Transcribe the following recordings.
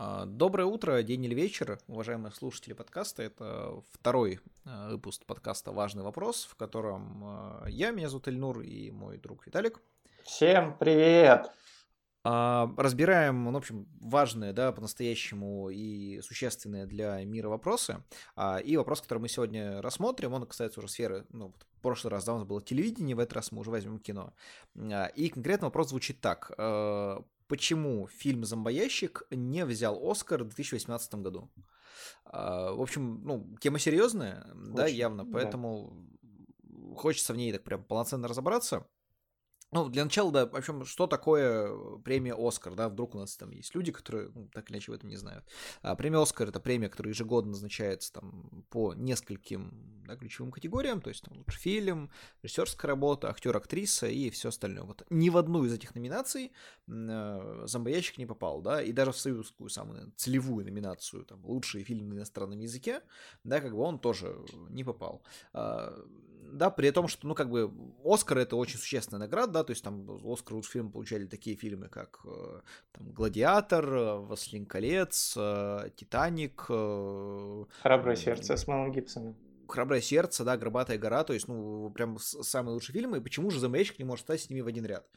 Доброе утро, день или вечер, уважаемые слушатели подкаста. Это второй выпуск подкаста «Важный вопрос», в котором меня зовут Эльнур, и мой друг Виталик. Всем привет! Разбираем, в общем, важные, да, по-настоящему и существенные для мира вопросы. И вопрос, который мы сегодня рассмотрим, он касается уже сферы, в прошлый раз, да, у нас было телевидение, в этот раз мы уже возьмем кино. И конкретно вопрос звучит так. Почему фильм «Зомбоящик» не взял «Оскар» в 2018 году? В общем, тема серьезная, да, Очень, явно, да. поэтому хочется в ней так прям полноценно разобраться. Для начала, да, в общем, что такое премия «Оскар», да, вдруг у нас там есть люди, которые, так или иначе в этом не знают. Премия «Оскар» — это премия, которая ежегодно назначается там по нескольким, да, ключевым категориям, то есть там лучший фильм, режиссерская работа, актер, актриса и все остальное. Вот ни в одну из этих номинаций «Зомбоящик» не попал, да, и даже в свою такую самую целевую номинацию, там, лучший фильм на иностранном языке, да, как бы он тоже не попал. Да, при том, что, «Оскар» — это очень существенная награда, да, то есть там «Оскар» лучший фильм получали такие фильмы, как там, «Гладиатор», «Властелин колец», «Титаник», «Храброе сердце» с Мэлом Гибсоном. «Храброе сердце», да, «Горбатая гора», то есть, прям самые лучшие фильмы, и почему же «Зомбоящик» не может стать с ними в один ряд?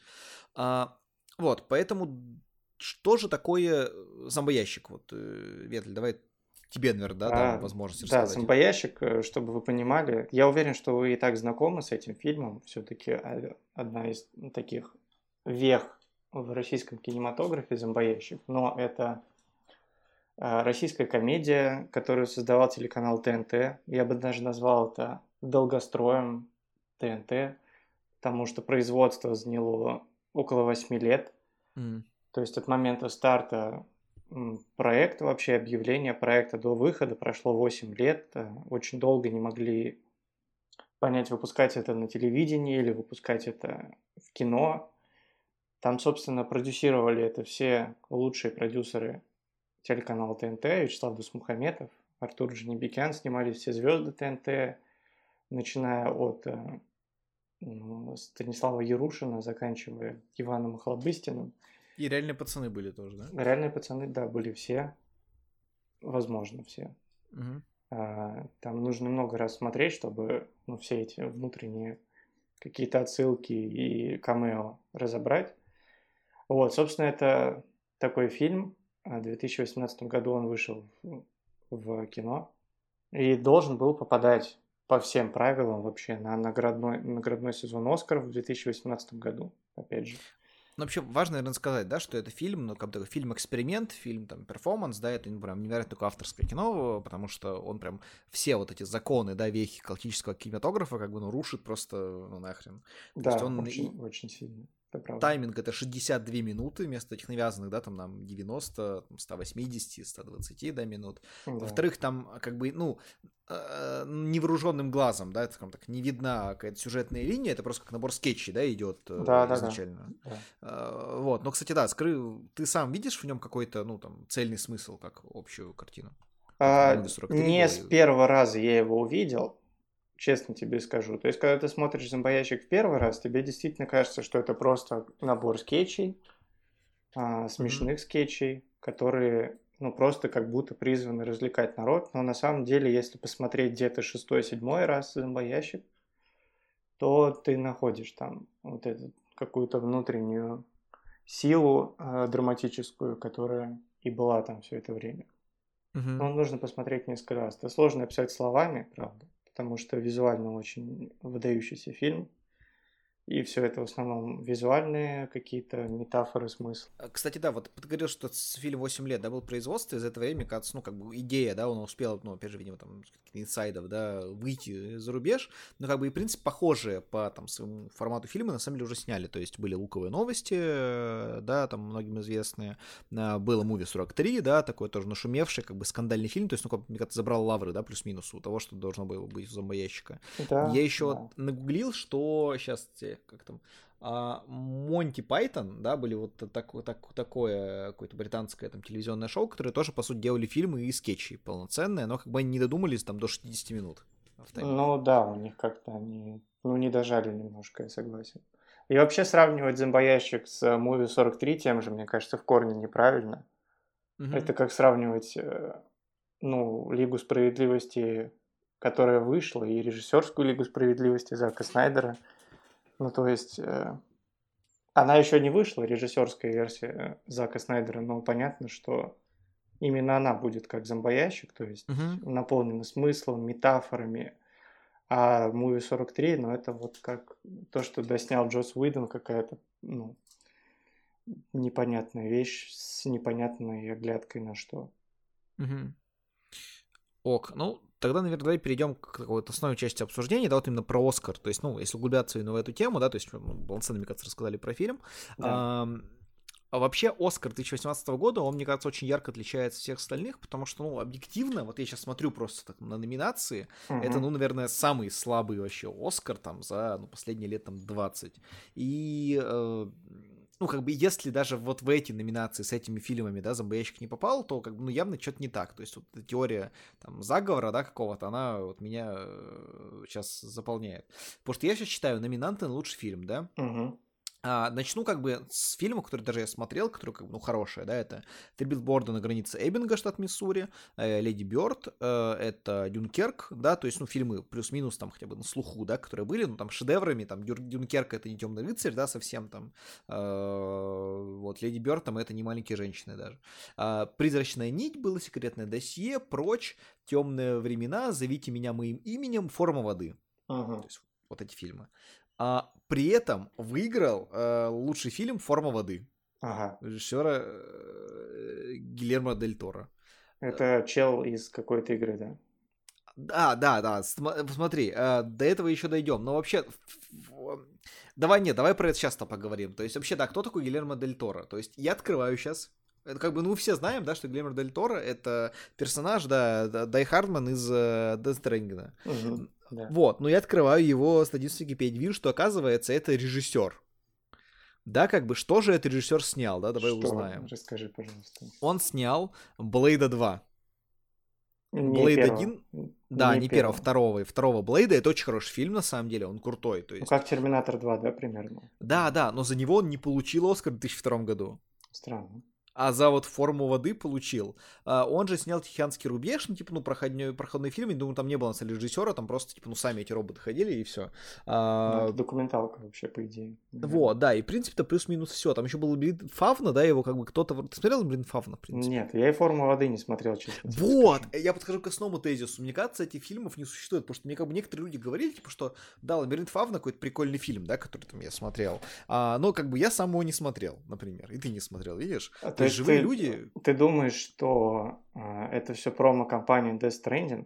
Поэтому что же такое «Зомбоящик»? Ветль, давай тебе, наверное, дам возможность Да, рассказать. «Зомбоящик», чтобы вы понимали, я уверен, что вы и так знакомы с этим фильмом, все-таки одна из таких вех в российском кинематографе «Зомбоящик», но это российская комедия, которую создавал телеканал ТНТ, я бы даже назвал это долгостроем ТНТ, потому что производство заняло около 8 лет. То есть от момента старта проекта, вообще объявления проекта до выхода прошло 8 лет. Очень долго не могли понять, выпускать это на телевидении или выпускать это в кино. Там, собственно, продюсировали это все лучшие продюсеры телеканала ТНТ: Вячеслав Дусмухаметов, Артур Джанибекян, снимали все звезды ТНТ, начиная от Станислава Ярушина, заканчивая Иваном Охлобыстиным. И «Реальные пацаны» были тоже, да? «Реальные пацаны», да, были все. Возможно, все. Угу. Там нужно много раз смотреть, чтобы все эти внутренние какие-то отсылки и камео разобрать. Вот, собственно, это такой фильм. В 2018 году он вышел в кино и должен был попадать по всем правилам вообще на наградной сезон «Оскар» в 2018 году, опять же. Вообще важно, наверное, сказать, да, что это фильм, фильм-эксперимент, фильм, там, перформанс, да, это прям невероятно такое авторское кино, потому что он прям все вот эти законы, да, вехи классического кинематографа рушит просто, нахрен. То есть Да, он очень, очень сильно, это правда. тайминг — это 62 минуты вместо этих навязанных, да, там нам 90, 180, 120, да, минут. Да. Во-вторых, там невооруженным глазом, да, скажем так, не видна какая-то сюжетная линия, это просто как набор скетчей, да, идет изначально. Да. Вот, но, кстати, да, ты сам видишь в нем какой-то, цельный смысл, как общую картину? Как в Movie 43 Не было. с первого раза я его увидел, честно тебе скажу. То есть, когда ты смотришь «Зомбоящик» в первый раз, тебе действительно кажется, что это просто набор скетчей, смешных скетчей, которые, просто как будто призваны развлекать народ. Но на самом деле, если посмотреть где-то 6-7 раз «Зомбоящик», то ты находишь там вот эту какую-то внутреннюю силу драматическую, которая и была там все это время. Но нужно посмотреть несколько раз. Это сложно описать словами, правда, потому что визуально очень выдающийся фильм. И все это в основном визуальные какие-то метафоры, смысл. Кстати, да, вот ты говорил, что фильм 8 лет, да, был в производстве, за это время, кажется, идея, да, он успел, опять же, видимо, там, каких-то инсайдов, да, выйти за рубеж, но, и принцип, похожие по, там, своему формату фильма, на самом деле, уже сняли, то есть были «Луковые новости», да, там, многим известные, было «Movie 43», да, такой тоже нашумевший, скандальный фильм, то есть, мне кажется, забрал лавры, да, плюс-минус у того, что должно было быть у «Зомбоящика». Да, Я еще нагуглил, что сейчас, как там, Монти Пайтон, да, были вот такое какое-то британское там телевизионное шоу, которые тоже, по сути, делали фильмы и скетчи полноценные, но они не додумались там до 60 минут. Ну да, у них как-то они, не дожали немножко, я согласен. И вообще сравнивать «Зомбоящик» с «Movie 43» тем же, мне кажется, в корне неправильно. Это как сравнивать, Лигу справедливости, которая вышла, и режиссерскую Лигу справедливости Зака Снайдера. Ну, то есть, она еще не вышла, режиссерская версия Зака Снайдера, но понятно, что именно она будет как зомбоящик, то есть наполнена смыслом, метафорами. А Movie 43, это вот как то, что доснял Джосс Уидон, какая-то, непонятная вещь с непонятной оглядкой на что. Ок, тогда, наверное, давай перейдем к вот основной части обсуждения, да, вот именно про Оскар. То есть, если углубляться именно в эту тему, да, то есть полноценно, мне кажется, рассказали про фильм. Да. А вообще Оскар 2018 года, он, мне кажется, очень ярко отличается от всех остальных, потому что, объективно, вот я сейчас смотрю просто так на номинации, это, наверное, самый слабый вообще Оскар там за последние лет 20. И если даже вот в эти номинации с этими фильмами, да, зомбоящик не попал, то явно что-то не так. То есть вот эта теория там заговора, да, какого-то, она вот меня сейчас заполняет. Потому что я сейчас читаю номинанты на лучший фильм, да. Начну с фильма, который даже я смотрел, который хороший, да, это «Три билборда на границе Эббинга, штат Миссури», «Леди Бёрд», это «Дюнкерк», да, то есть, фильмы плюс-минус там хотя бы на слуху, да, которые были, там шедеврами, там «Дюнкерк» это не «Темный рыцарь», да, совсем там, вот «Леди Бёрд» там это не «Маленькие женщины» даже. «Призрачная нить» было, «Секретное досье», «Прочь», «Темные времена», «Зовите меня моим именем», «Форма воды». То есть, вот эти фильмы. При этом выиграл лучший фильм «Форма воды» режиссера Гильермо Дель Торо. Это чел из какой-то игры, да? Да. Смотри, до этого еще дойдем. Но вообще, давай про это сейчас-то поговорим. То есть, вообще, да, кто такой Гильермо Дель Торо? То есть, я открываю сейчас. Это мы все знаем, да, что Гильермо Дель Торо — это персонаж, да, Дай Хардман из Death Stranding. Да. Вот, но я открываю его статистику Википедии, вижу, что, оказывается, это режиссер. Да, что же этот режиссер снял, да, давай узнаем. Расскажи, пожалуйста. Он снял Блейда 2. Блейд 1, да, не первого, второго Блейда. Это очень хороший фильм, на самом деле, он крутой. То есть... как Терминатор 2, да, примерно? Да, но за него он не получил Оскар в 2002 году. Странно. А за вот «Форму воды» получил. Он же снял «Тихоокеанский рубеж», проходной фильм, я думаю, там не было, на самом деле, режиссера, там просто, сами эти роботы ходили, и все. Это документалка вообще, по идее. Вот, да, и, в принципе-то, плюс-минус все. Там еще был «Лабиринт Фавна», да, его кто-то... Ты смотрел «Лабиринт Фавна», в принципе? Нет, я и «Форму воды» не смотрел, честно. Вот, я подхожу к основному тезису. Мне кажется, этих фильмов не существует, потому что мне некоторые люди говорили, что, да, «Лабиринт Фавна» какой-то прикольный фильм, да, который там я смотрел. Но я сам его не смотрел, например, и ты не смотрел, видишь? То есть живые люди... Ты думаешь, что это все промо-компания Death Stranding?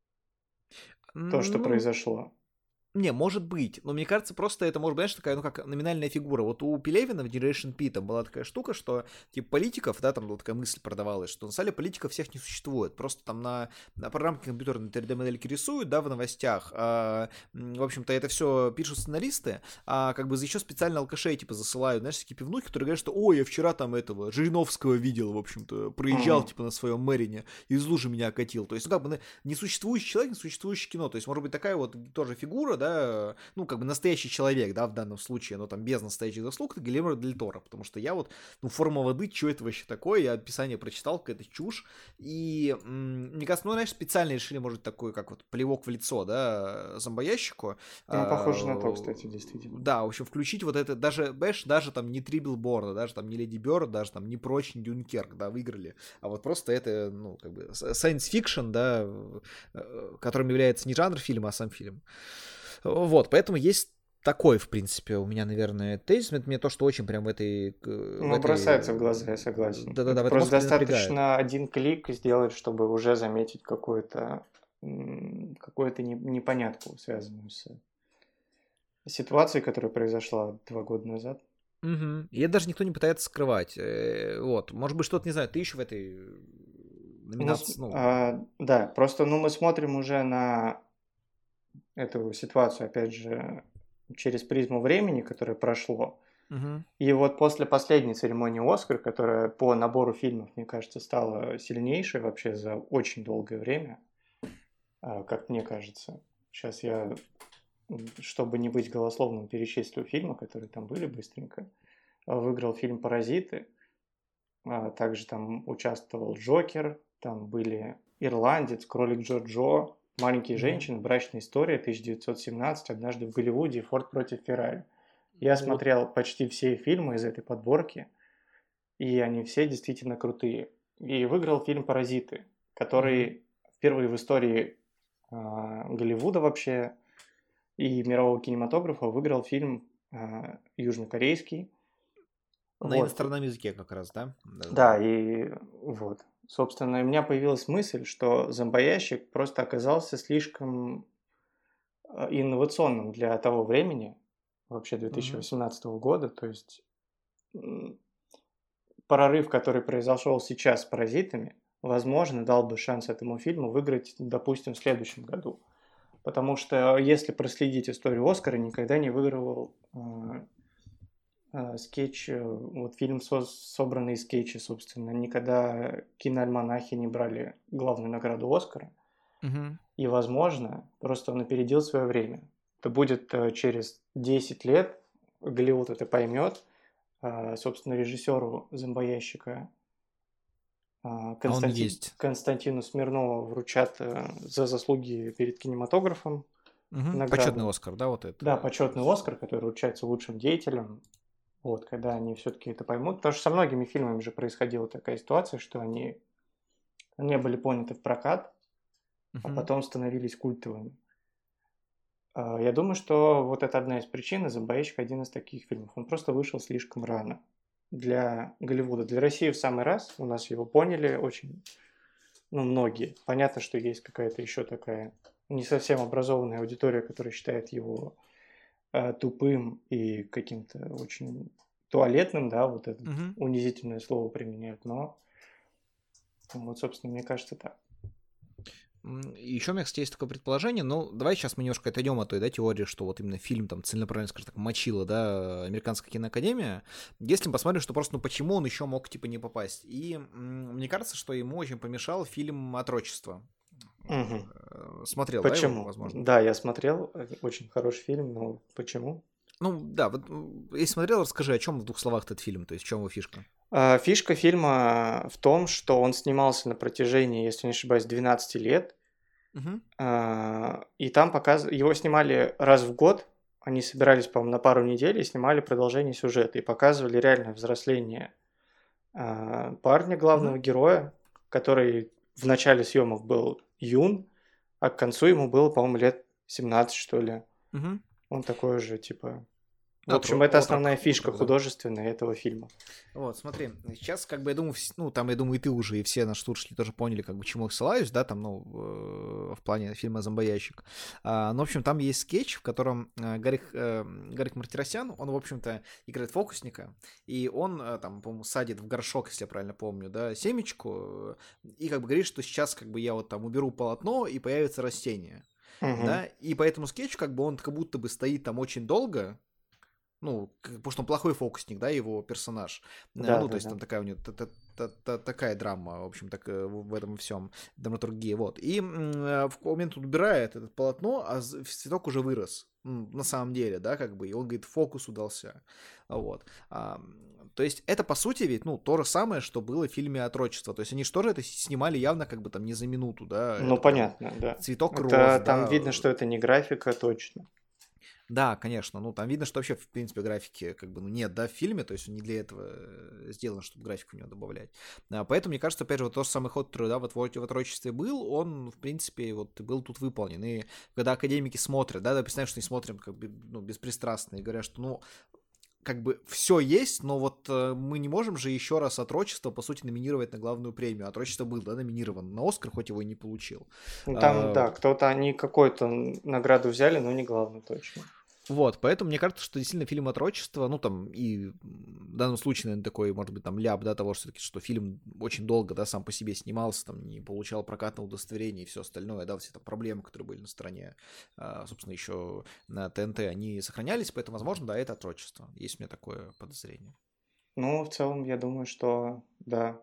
То, что произошло? Не, может быть, но мне кажется, просто это может быть, знаешь, такая, как номинальная фигура. Вот у Пелевина в Generation P там была такая штука, что, политиков, да, там была такая мысль продавалась, что на самом деле политиков всех не существует. Просто там на программке компьютерной 3D-модельки рисуют, да, в новостях. В общем-то, это все пишут сценаристы, а за еще специально алкашей, засылают, знаешь, такие пивнухи, которые говорят, что, ой, я вчера там этого Жириновского видел, в общем-то, проезжал, на своем Мэрине, из лужи меня окатил. То есть, несуществующий человек, несуществующее кино. То есть, может быть, такая вот тоже фигура, да, настоящий человек, да, в данном случае, но там без настоящих заслуг, это Гильермо Дель Торо, потому что я вот, «Форма воды», что это вообще такое, я описание прочитал, какая-то чушь, и, мне кажется, знаешь, специально решили, может, такой, как вот плевок в лицо, да, зомбоящику. Похоже на то, кстати, действительно. Да, в общем, включить вот это, даже там не «Три билборда», даже там не «Леди Бёрд», даже там не «Прочь», не «Дюнкерк», да, выиграли, а вот просто это, science fiction, да, которым является не жанр фильма, а сам фильм. Вот, поэтому есть такой, в принципе, у меня, наверное, тезис. Это мне то, что очень прям в этой... бросается в глаза, я согласен. Да, просто достаточно один клик сделать, чтобы уже заметить какую-то непонятку, связанную с ситуацией, которая произошла 2 года назад. И это даже никто не пытается скрывать. Вот, может быть, что-то, не знаю, ты еще в этой номинации... Да, просто, мы смотрим уже на эту ситуацию, опять же, через призму времени, которое прошло. И вот после последней церемонии «Оскар», которая по набору фильмов, мне кажется, стала сильнейшей вообще за очень долгое время, как мне кажется. Сейчас я, чтобы не быть голословным, перечислю фильмы, которые там были быстренько. Выиграл фильм «Паразиты», Также там участвовал Джокер, там были Ирландец, Кролик Джо-Джо, Маленькие Мгм. женщины, Брачная история, 1917, Однажды в Голливуде и Форд против Феррари. Я Ну вот. смотрел почти все фильмы из этой подборки, и они все действительно крутые. И выиграл фильм «Паразиты», Мгм. который впервые в истории Голливуда вообще и мирового кинематографа выиграл фильм южнокорейский. На Вот. иностранном языке как раз, да? Да, Да-да-да. и вот. Собственно, у меня появилась мысль, что зомбоящик просто оказался слишком инновационным для того времени, вообще Мгм. 2018 года. То есть м, прорыв, который произошел сейчас с «Паразитами», возможно, дал бы шанс этому фильму выиграть, допустим, в следующем году. Потому что если проследить историю Оскара, никогда не выигрывал скетч, вот фильм, собранный из скетчей, собственно, никогда киноальманахи не брали главную награду Оскара. Мгм. И, возможно, просто он опередил свое время. Это будет через 10 лет, Голливуд это поймет, собственно, режиссеру «Зомбоящика» А он есть. Константину Смирнову вручат за заслуги перед кинематографом Почетный награду. Оскар, да, вот это. Да, почетный Оскар, который вручается лучшим деятелям. Вот, когда они все-таки это поймут. Потому что со многими фильмами же происходила такая ситуация, что они не были поняты в прокат, а Мгм. потом становились культовыми. Я думаю, что вот это одна из причин, и «Зомбоящик» один из таких фильмов. Он просто вышел слишком рано для Голливуда. Для России в самый раз. У нас его поняли очень, ну, многие. Понятно, что есть какая-то еще такая не совсем образованная аудитория, которая считает его тупым и каким-то очень туалетным, да, вот это Мгм. унизительное слово применяют, но вот, собственно, мне кажется так. Еще у меня, кстати, есть такое предположение, но давай сейчас мы немножко отойдем от той, да, теории, что вот именно фильм там целенаправленно, скажем так, мочила, да, Американская киноакадемия. Если мы посмотрим, что просто, ну почему он еще мог, типа, не попасть. И мне кажется, что ему очень помешал фильм «Отрочество». Мгм. Смотрел, да, его, Почему? возможно? Да, я смотрел, очень хороший фильм, но почему? Ну, да, вот если смотрел, расскажи, о чем в двух словах этот фильм, то есть в чем его фишка? Фишка фильма в том, что он снимался на протяжении, если не ошибаюсь, 12 лет, Мгм. и там его снимали раз в год, они собирались, по-моему, на пару недель и снимали продолжение сюжета, и показывали реальное взросление парня, Мгм. главного героя, который в начале съемок был юн, а к концу ему было, по-моему, лет 17, что ли. Мгм. Он такой же, типа... В общем, Отрок, это основная фишка отрок, да. художественная этого фильма. Вот, смотри, сейчас, как бы, я думаю, ну, там, я думаю, и ты уже, и все наши слушатели тоже поняли, как бы, чему я ссылаюсь, да, там, ну, в плане фильма «Зомбоящик». Ну, в общем, там есть скетч, в котором Гарик Мартиросян, он, в общем-то, играет фокусника, и он, там, по-моему, садит в горшок, если я правильно помню, да, семечку, и, как бы, говорит, что сейчас, как бы, я вот там уберу полотно, и появится растение, Мгм. да, и по этому скетчу, как бы, он как будто бы стоит там очень долго, ну, потому что он плохой фокусник, да, его персонаж. Да, Ну, то да, есть да. там такая у него такая драма, в общем, так в этом всем драматургии, вот. И в какой момент он убирает это полотно, а цветок уже вырос, на самом деле, да, как бы, и он говорит, фокус удался, вот. То есть это, по сути, ведь, ну, то же самое, что было в фильме «Отрочество», то есть они же тоже это снимали явно как бы там не за минуту, да, Ну, это прям понятно, да. цветок рос, Это там да, видно, что это не графика, точно. да, конечно. Ну, там видно, что вообще, в принципе, графики как бы ну, нет, да, в фильме, то есть он не для этого сделан, чтобы графику в него добавлять. Поэтому, мне кажется, опять же, вот тот же самый ход, который, да, в отрочестве был, он, в принципе, вот был тут выполнен. И когда академики смотрят, да, представляешь, что они смотрят как бы, ну, беспристрастно и говорят, что, ну, как бы все есть, но вот мы не можем же еще раз «Отрочество», по сути, номинировать на главную премию. «Отрочество» был, да, номинирован на «Оскар», хоть его и не получил. Ну, там, А, да, кто-то, они какую-то награду взяли, но не главную, точно. Вот, поэтому мне кажется, что действительно фильм «Отрочество», ну, там, и в данном случае, наверное, такой, может быть, там, ляп, да, того, что все-таки, что фильм очень долго, да, сам по себе снимался, там, не получал прокатного удостоверения и все остальное, да, все там проблемы, которые были на стороне, собственно, еще на ТНТ, они сохранялись, поэтому, возможно, да, это «Отрочество». Есть у меня такое подозрение. Ну, в целом, я думаю, что, да,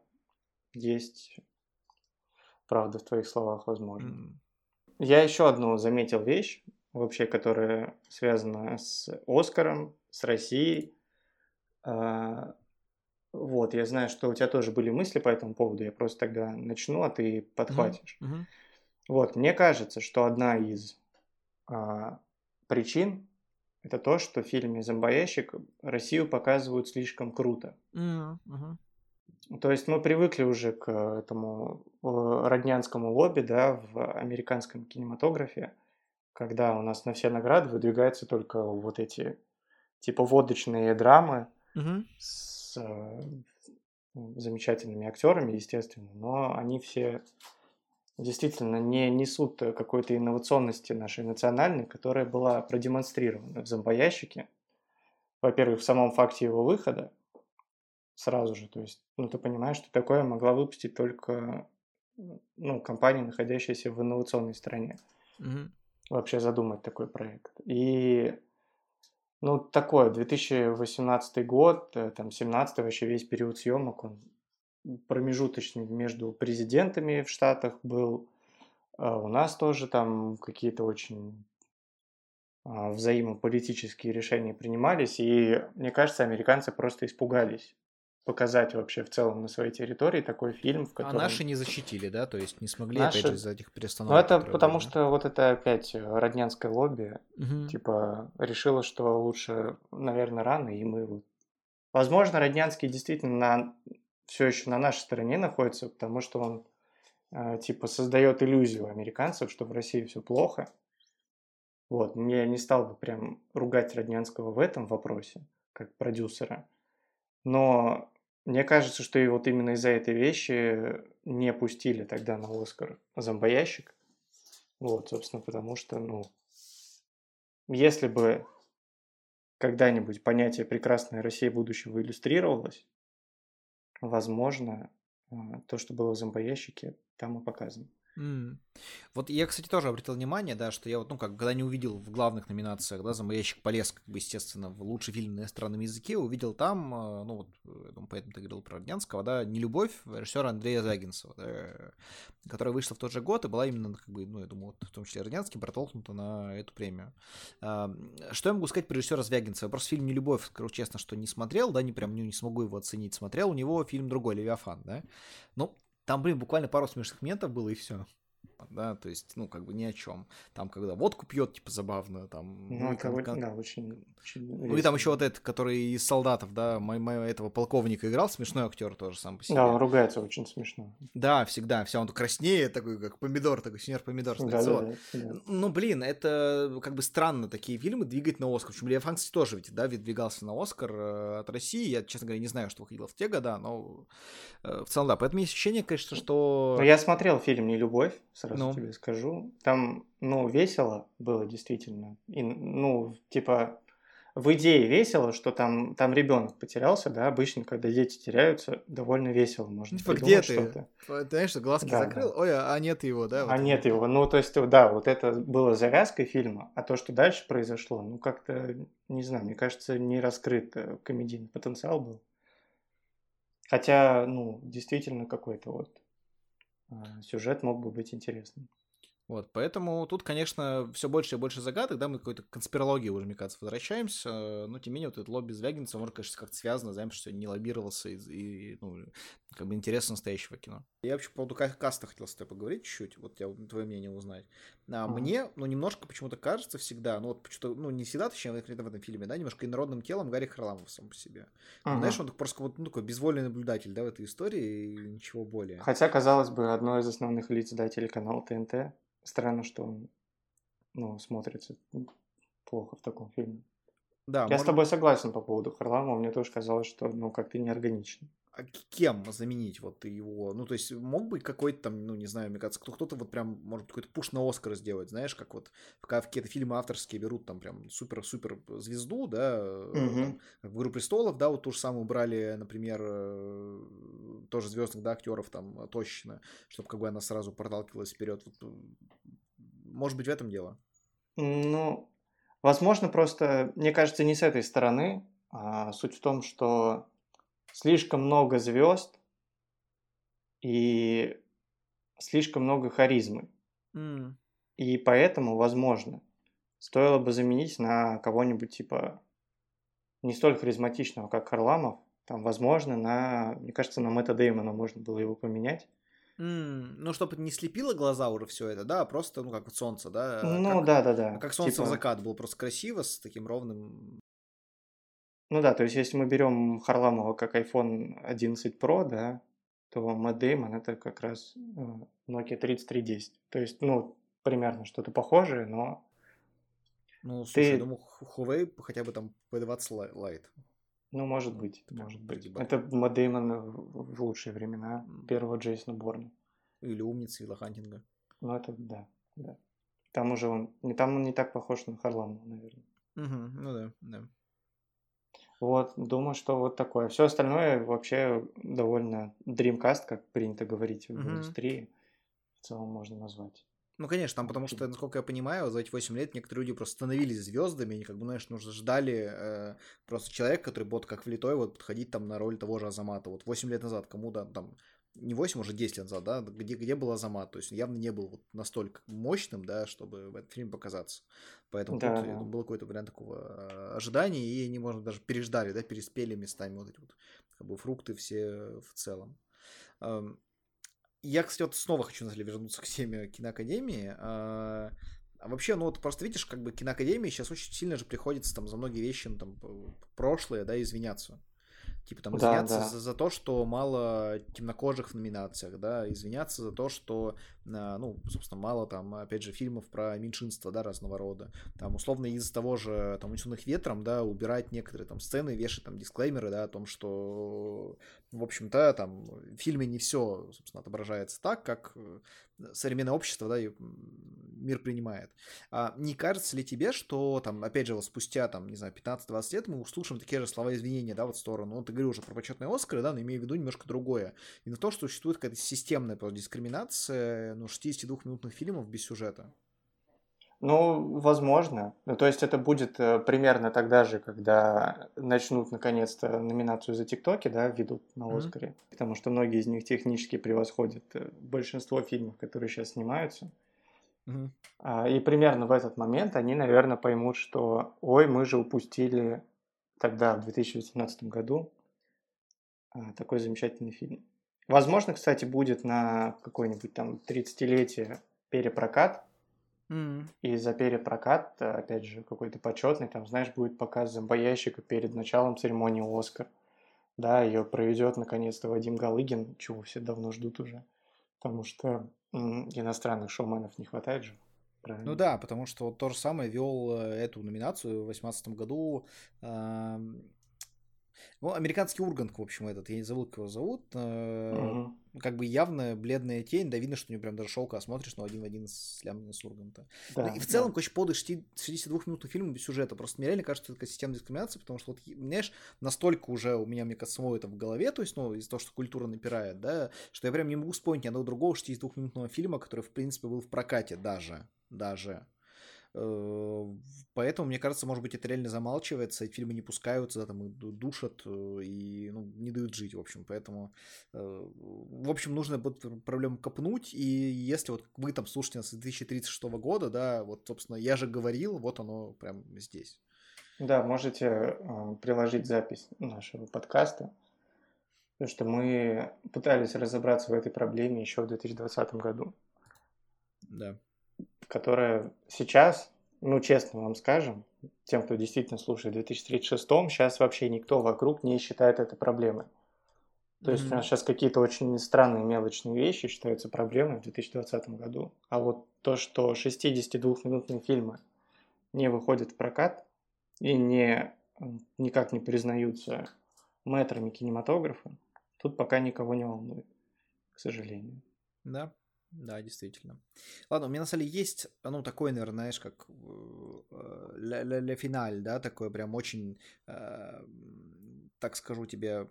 есть правда в твоих словах, возможно. М, Я еще одну заметил вещь, вообще, которая связана с Оскаром, с Россией. А, Вот, я знаю, что у тебя тоже были мысли по этому поводу, я просто тогда начну, а ты Мгм, подхватишь. мгм, Вот, мне кажется, что одна из а, причин это то, что в фильме «Зомбоящик» Россию показывают слишком круто. мгм. То есть мы привыкли уже к этому роднянскому лобби, да, в американском кинематографе, когда у нас на все награды выдвигаются только вот эти типа водочные драмы Мгм. с замечательными актерами, естественно, но они все действительно не несут какой-то инновационности нашей национальной, которая была продемонстрирована в «Зомбоящике». Во-первых, в самом факте его выхода сразу же, то есть, ну, ты понимаешь, что такое могла выпустить только, ну, компания, находящаяся в инновационной стране, Мгм. вообще задумать такой проект. И, ну, такое, 2018 год, там, 17 вообще весь период съемок, он промежуточный между президентами в Штатах был, у нас тоже там какие-то очень взаимополитические решения принимались, и мне кажется, американцы просто испугались показать вообще в целом на своей территории такой фильм, в А котором наши не защитили, да? То есть не смогли, опять же, наши... из-за этих Ну, перестановок, это которые были, потому да? что вот это опять роднянское лобби, Мгм. типа, решило, что лучше, наверное, рано, и мы... Возможно, Роднянский действительно все еще на нашей стороне находится, потому что он, типа, создает иллюзию американцев, что в России все плохо. Вот, я не стал бы прям ругать Роднянского в этом вопросе, как продюсера. Но мне кажется, что и вот именно из-за этой вещи не пустили тогда на Оскар «Зомбоящик». Вот, собственно, потому что, ну, если бы когда-нибудь понятие «прекрасная Россия будущего» иллюстрировалось, возможно, то, что было в «Зомбоящике», там и показано. М. Вот я, кстати, тоже обратил внимание, да, что я вот, ну, как, когда не увидел в главных номинациях, да, «Зомбоящик» полез, как бы, естественно, в лучший фильм на иностранном языке, увидел там, ну, вот, я думаю, поэтому ты говорил про Роднянского, да, «Нелюбовь» режиссера Андрея Звягинцева, да, которая вышла в тот же год и была именно, как бы, ну, я думаю, вот, в том числе Роднянский, протолкнута на эту премию. Что я могу сказать про режиссера Звягинцева? Просто фильм «Нелюбовь», скажу честно, что не смотрел, да, не прям не смогу его оценить, смотрел, у него фильм другой, «Левиафан», да, ну, там, блин, буквально пару смешных моментов было, и все. Да, то есть, ну, как бы ни о чем. Там, когда водку пьет, типа, забавно, там, Ну, это, да, очень, очень ну и там еще весело. вот этот, который из солдатов, да, этого полковника играл, смешной актер тоже сам по Да, он себе. ругается очень смешно. Да, всегда, вся он краснеет, такой, как помидор, такой сеньор помидор становится, вот. Да-да-да, да. Ну, блин, это как бы странно такие фильмы двигать на Оскар. Причем Лев Франкс тоже ведь, да, выдвигался на Оскар от России. Я, честно говоря, не знаю, что выходило в те года, но в целом, да. Поэтому есть ощущение, конечно, Но что, я смотрел фильм «Нелюбовь», сразу ну, тебе скажу. Там, ну, весело было действительно. И, ну, типа, в идее весело, что там ребенок потерялся, да, обычно, когда дети теряются, довольно весело можно типа, где придумать ты? что-то. Ты знаешь, что глазки Да, закрыл, да. ой, а нет его, да, А вот нет это. его. Ну, то есть, да, вот это было завязкой фильма, а то, что дальше произошло, ну, как-то, не знаю, мне кажется, не раскрыт комедийный потенциал был. Хотя, ну, действительно какой-то вот сюжет мог бы быть интересным. Вот, поэтому тут, конечно, все больше и больше загадок, да, мы к какой-то конспирологии уже, мне кажется, возвращаемся, но тем не менее вот этот лобби Звягинцева, может, конечно, как-то связано, знаем, что не лоббировался ну, как бы интерес настоящего кино. Я вообще по поводу каста хотел с тобой поговорить чуть-чуть, вот я твое мнение узнать. Мгм. Мне, ну, немножко почему-то кажется всегда, ну, вот почему-то, ну, не всегда, точнее, конкретно в этом фильме, да, немножко инородным телом Гарри Харламов сам по себе. Ну, знаешь, Мгм. он просто вот, ну, такой безвольный наблюдатель, да, в этой истории и ничего более. Хотя, казалось бы, одно из основных лиц, да, телеканала ТНТ. Странно, что он, ну, смотрится плохо в таком фильме. Да, Я с может. тобой согласен по поводу Харламова. Мне тоже казалось, что, ну, как-то неорганично. А кем заменить вот его? Ну, то есть, мог бы какой-то там, ну, не знаю, мне кажется, кто-то вот прям, может быть, какой-то пуш на Оскар сделать, знаешь, как вот в какие-то фильмы авторские берут там прям супер-супер звезду, да, там, Мгм. как в «Игру престолов», да, вот ту же самую брали, например, тоже звездных, да, актеров там, Тощина, чтобы как бы она сразу проталкивалась вперед. Вот, может быть, в этом дело? Ну, возможно, просто, мне кажется, не с этой стороны. Суть в том, что слишком много звезд и слишком много харизмы. М, И поэтому, возможно, стоило бы заменить на кого-нибудь типа не столь харизматичного, как Харламов, Там, возможно, мне кажется, на Мэтта Дэймона можно было его поменять. Ну, чтобы не слепило глаза уже все это, да, а просто, ну, как вот солнце, да, Ну, да-да-да. как солнце в Типа, закат было просто красиво, с таким ровным. ну да, то есть если мы берем Харламова как iPhone 11 Pro, да, то Мэтт Дэймон это как раз Nokia 3310. То есть, ну, примерно что-то похожее, но Ну, слушай, я ты, думаю, Huawei хотя бы там P20 Lite. ну, может Ну, быть, может прям быть. пригибали. Это Мэтт Дэймон в лучшие времена первого Джейсона Борна. Или умницы, или Хантинга. Ну, это да, да. Там уже он не так похож на Харламова, наверное. Ну да, да. Вот, думаю, что вот такое. Все остальное вообще довольно Dreamcast, как принято говорить в индустрии, в целом можно назвать. Ну, конечно, там, потому что, насколько я понимаю, за эти 8 лет некоторые люди просто становились звездами, и, как бы, знаешь, нужно ждали просто человека, который будет как влитой вот подходить там на роль того же Азамата. Вот 8 лет назад кому, да, там, не 8, уже 10 лет назад, да, где был Азамат, то есть он явно не был вот настолько мощным, да, чтобы в этот фильм показаться. Поэтому Да, тут, я думаю, был какой-то вариант такого ожидания, и они, можно, даже переждали, да, переспели местами вот эти вот, как бы, фрукты все в целом. Я, кстати, вот снова хочу, на самом деле, вернуться к теме киноакадемии. А вообще, ну вот просто видишь, как бы киноакадемии сейчас очень сильно же приходится там за многие вещи, ну, там, прошлое, да, извиняться. Типа там да, извиняться да. за то, что мало темнокожих в номинациях, да, извиняться за то, что, ну, собственно, мало там, опять же, фильмов про меньшинства, да, разного рода. Там, условно, из того же, там, «Унесенных ветром», да, убирать некоторые там сцены, вешать там дисклеймеры, да, о том, что, в общем-то, там, в фильме не все, собственно, отображается так, как современное общество, да, и мир принимает. Не кажется ли тебе, что там, опять же, вот спустя, там, не знаю, 15-20 лет мы услышим такие же слова извинения, да, вот в сторону, ну, ты говорил уже про почетные Оскары, да, но имею в виду немножко другое. И на то, что существует какая-то системная просто дискриминация, ну, 62-минутных фильмов без сюжета. Ну, возможно. Ну, то есть это будет примерно тогда же, когда начнут наконец-то номинацию за ТикТоки, да, ведут на Оскаре. Потому что многие из них технически превосходят большинство фильмов, которые сейчас снимаются. И примерно в этот момент они, наверное, поймут, что ой, мы же упустили тогда, в 2018 году, такой замечательный фильм. Возможно, кстати, будет на какое-нибудь там 30-летие перепрокат, и за перепрокат, опять же, какой-то почетный, там, знаешь, будет показ зомбоящика перед началом церемонии «Оскар». Да, ее проведет наконец-то Вадим Галыгин, чего все давно ждут уже, потому что иностранных шоуменов не хватает же, Ну правильно? да, потому что вот то же самое вел эту номинацию в 2018 году. Ну, американский Ургант, в общем, этот, я не забыл, как его зовут. Мгм. Как бы явно бледная тень, да, видно, что у него прям даже шелка смотришь, но один в один с Лямом с Урганта. Ну и Да, в целом, да. очень подлый 62-минутный фильм без сюжета. Просто мне реально кажется, что это такая системная дискриминация, потому что, вот, знаешь, настолько уже у меня, мне кажется, самого это в голове, то есть, ну, из-за того, что культура напирает, да, что я прям не могу вспомнить ни одного другого 62-минутного фильма, который, в принципе, был в прокате даже. Э, Поэтому, мне кажется, может быть, это реально замалчивается, и фильмы не пускаются, да, там, и душат, и, ну, не дают жить, в общем. Поэтому, в общем, нужно будет проблему копнуть, и если вот вы там слушаете нас с 2036 года, да, вот, собственно, я же говорил, вот оно прям здесь. Да, можете приложить запись нашего подкаста, потому что мы пытались разобраться в этой проблеме еще в 2020 году, Да. которая сейчас, ну, честно вам скажем, тем, кто действительно слушает в 2036, сейчас вообще никто вокруг не считает это проблемой. То есть у нас сейчас какие-то очень странные мелочные вещи считаются проблемой в 2020 году, а вот то, что 62-минутные фильмы не выходят в прокат и никак не признаются мэтрами кинематографа, тут пока никого не волнует, к сожалению. Да, да, действительно. Ладно, у меня на самом деле есть, ну, такой, наверное, знаешь, как ля финаль, да, такое прям очень, так скажу тебе,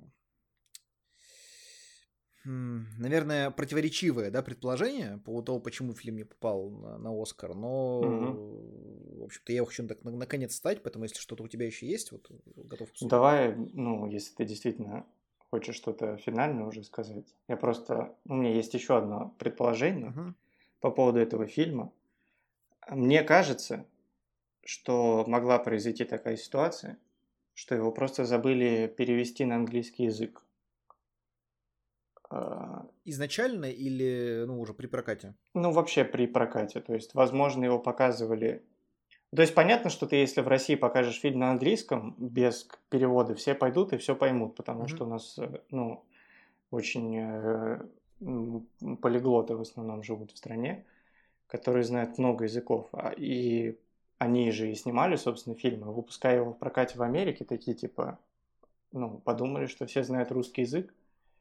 наверное, противоречивое, да, предположение по поводу того, почему фильм не попал на Оскар, Мгм. но, в общем-то, я его хочу так наконец стать, поэтому если что-то у тебя еще есть, вот готов обсудить. Давай, ну, если ты действительно хочешь что-то финальное уже сказать. У меня есть еще одно предположение Мгм. по поводу этого фильма. Мне кажется, что могла произойти такая ситуация, что его просто забыли перевести на английский язык. Изначально или, ну, уже при прокате? Ну, вообще при прокате. То есть, возможно, его показывали... То есть, понятно, что ты, если в России покажешь фильм на английском, без перевода, все пойдут и все поймут, потому Мгм. что у нас, ну, очень полиглоты в основном живут в стране, которые знают много языков. И они же и снимали, собственно, фильмы. Выпуская его в прокате в Америке, такие типа, ну, подумали, что все знают русский язык,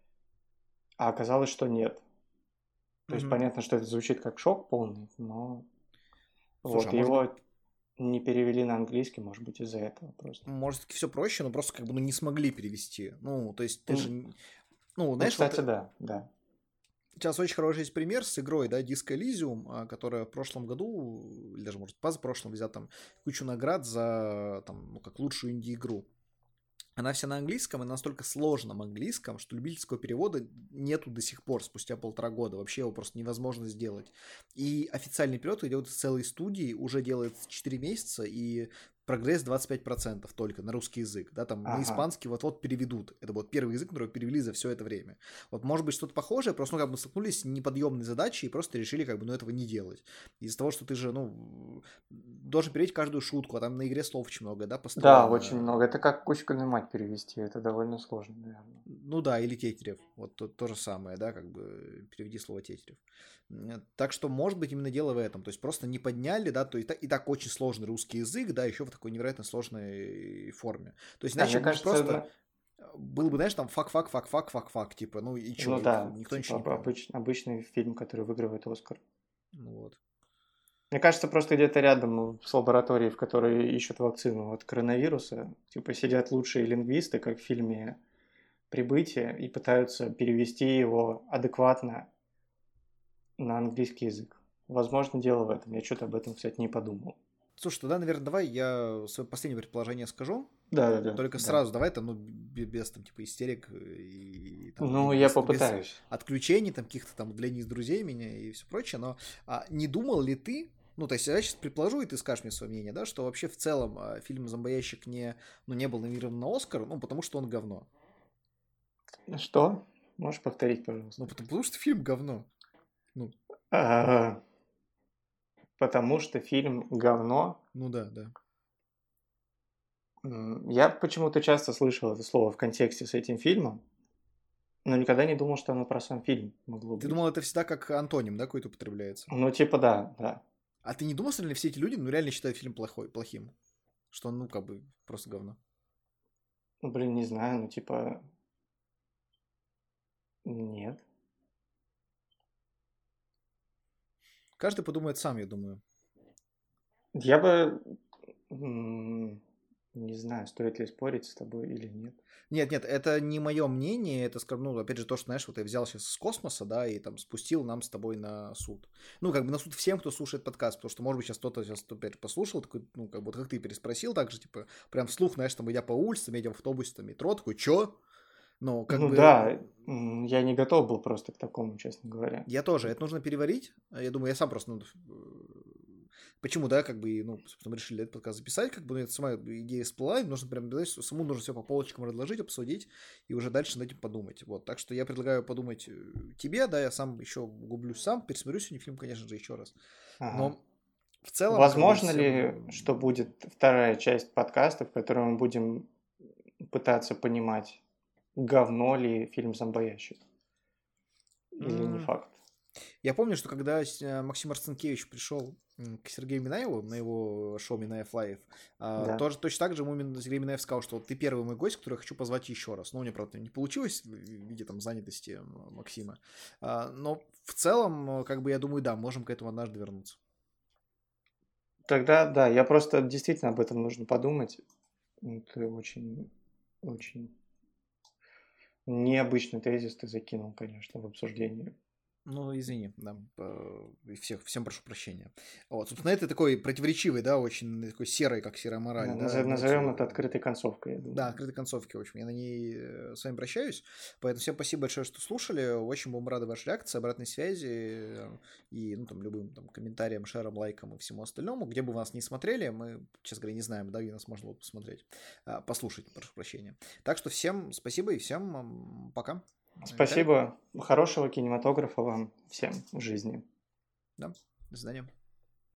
а оказалось, что нет. То есть Мгм. понятно, что это звучит как шок полный, но Слушай, а вот его не перевели на английский, может быть, из-за этого просто. может, все проще, но просто как бы ну, не смогли перевести. Ну, то есть ты же... М, Ну, Ну, знаешь, вот кстати, да, да. сейчас очень хороший есть пример с игрой, да, Disco Elysium, которая в прошлом году, или даже, может, позапрошлом, взяла там кучу наград за, там, ну, как лучшую инди-игру. Она вся на английском и настолько сложном английском, что любительского перевода нету до сих пор, спустя 1,5 года. Вообще его просто невозможно сделать. И официальный перевод идет из целой студии, уже делает 4 месяца, и прогресс 25% только на русский язык. Да, там на Ага. испанский вот-вот переведут. Это вот первый язык, который перевели за все это время. Вот может быть что-то похожее, просто ну, как бы столкнулись с неподъемной задачей и просто решили как бы ну, этого не делать. Из-за того, что ты же, ну, должен перевести каждую шутку, а там на игре слов очень много, да, Да, очень постоянно. много. Это как «Кучкину мать» перевести. Это довольно сложно, наверное. Ну да, или Тетерев. Вот то же самое, да, как бы переведи слово Тетерев. Так что, может быть, именно дело в этом. То есть просто не подняли, да, то и так очень сложный русский язык, да, еще в такой невероятно сложной форме. То есть, Да, иначе мне бы кажется, просто было бы, знаешь, там фак, типа, ну и чё, ну и да, никто типа ничего не понял. обычный фильм, который выигрывает «Оскар». Ну вот. Мне кажется, просто где-то рядом с лабораторией, в которой ищут вакцину от коронавируса, типа сидят лучшие лингвисты, как в фильме «Прибытие», и пытаются перевести его адекватно на английский язык. Возможно, дело в этом. Я что-то об этом, кстати, не подумал. Слушай, тогда, наверное, давай я свое последнее предположение скажу. Да-да-да, Только да. сразу давай там, ну, без там, типа, истерик и там, Ну, я без попытаюсь. отключений, там, каких-то там удаления из друзей меня и все прочее, но не думал ли ты, ну, то есть я сейчас предположу, и ты скажешь мне свое мнение, да, что вообще в целом фильм «Зомбоящик» не был номинирован на «Оскар», ну, потому что он говно. Что? Можешь повторить, Ну, пожалуйста? потому что фильм говно. Ну, А, Потому что фильм говно. ну да, да. Я почему-то часто слышал это слово в контексте с этим фильмом, но никогда не думал, что оно про сам фильм могло Ты быть. думал, это всегда как антоним, да, какой-то употребляется? Ну, типа, да, да. А ты не думал, что ли, все эти люди, ну, реально считают фильм плохим? Что он, ну, как бы, просто говно? Ну, блин, не знаю, ну, типа, нет. Каждый подумает сам, я думаю. Я бы, не знаю, стоит ли спорить с тобой или нет. Нет, это не мое мнение, это, скажем, ну, опять же, то, что, знаешь, вот я взял сейчас с космоса, да, и там спустил нам с тобой на суд. Ну, как бы на суд всем, кто слушает подкаст, потому что, может быть, сейчас кто-то сейчас опять послушал, такой, ну, как бы, вот как ты переспросил, так же, типа, прям вслух, знаешь, там, идя по улицам, едем в автобусе, там, метро, такой, чё? Ну, как Ну бы, да, я не готов был просто к такому, честно говоря. я тоже, это нужно переварить. Я думаю, я сам просто, ну, почему, да, как бы, ну, собственно, мы решили этот подкаст записать, как бы, ну, это сама идея всплыла, и нужно прям, знаешь, саму нужно все по полочкам разложить, обсудить, и уже дальше над этим подумать, вот, так что я предлагаю подумать тебе, да, я сам еще углублюсь сам, пересмотрю сегодня фильм, конечно же, еще раз, Ага. но в целом, как бы, Возможно ли, что всем, будет вторая часть подкаста, в которой мы будем пытаться понимать, говно ли фильм «Зомбоящик» или не факт? я помню, что когда Максим Арцинкевич пришел к Сергею Минаеву на его шоу «Минаев Лайв», Да. тоже точно так же ему Сергей Минаев сказал, что вот ты первый мой гость, который я хочу позвать еще раз. Ну, у него, правда, не получилось в виде там занятости Максима. Но в целом, как бы, я думаю, да, можем к этому однажды вернуться. Тогда, да, я просто действительно об этом нужно подумать. Это очень, очень необычный тезис ты закинул, конечно, в обсуждение. Ну, извини, да, всем прошу прощения. Вот, собственно, это такой противоречивый, да, очень такой серый, как серая мораль, да, Назовем это открытой концовкой, я да, думаю. открытой концовки, в общем, я на ней с вами прощаюсь, поэтому всем спасибо большое, что слушали, очень будем рады вашей реакции, обратной связи и, ну, там, любым там комментариям, шерам, лайкам и всему остальному, где бы вы нас не смотрели, мы, честно говоря, не знаем, да, где нас можно было посмотреть, послушать, прошу прощения. Так что всем спасибо и всем пока. Виталик? Спасибо. Хорошего кинематографа вам всем в жизни. Да, до свидания.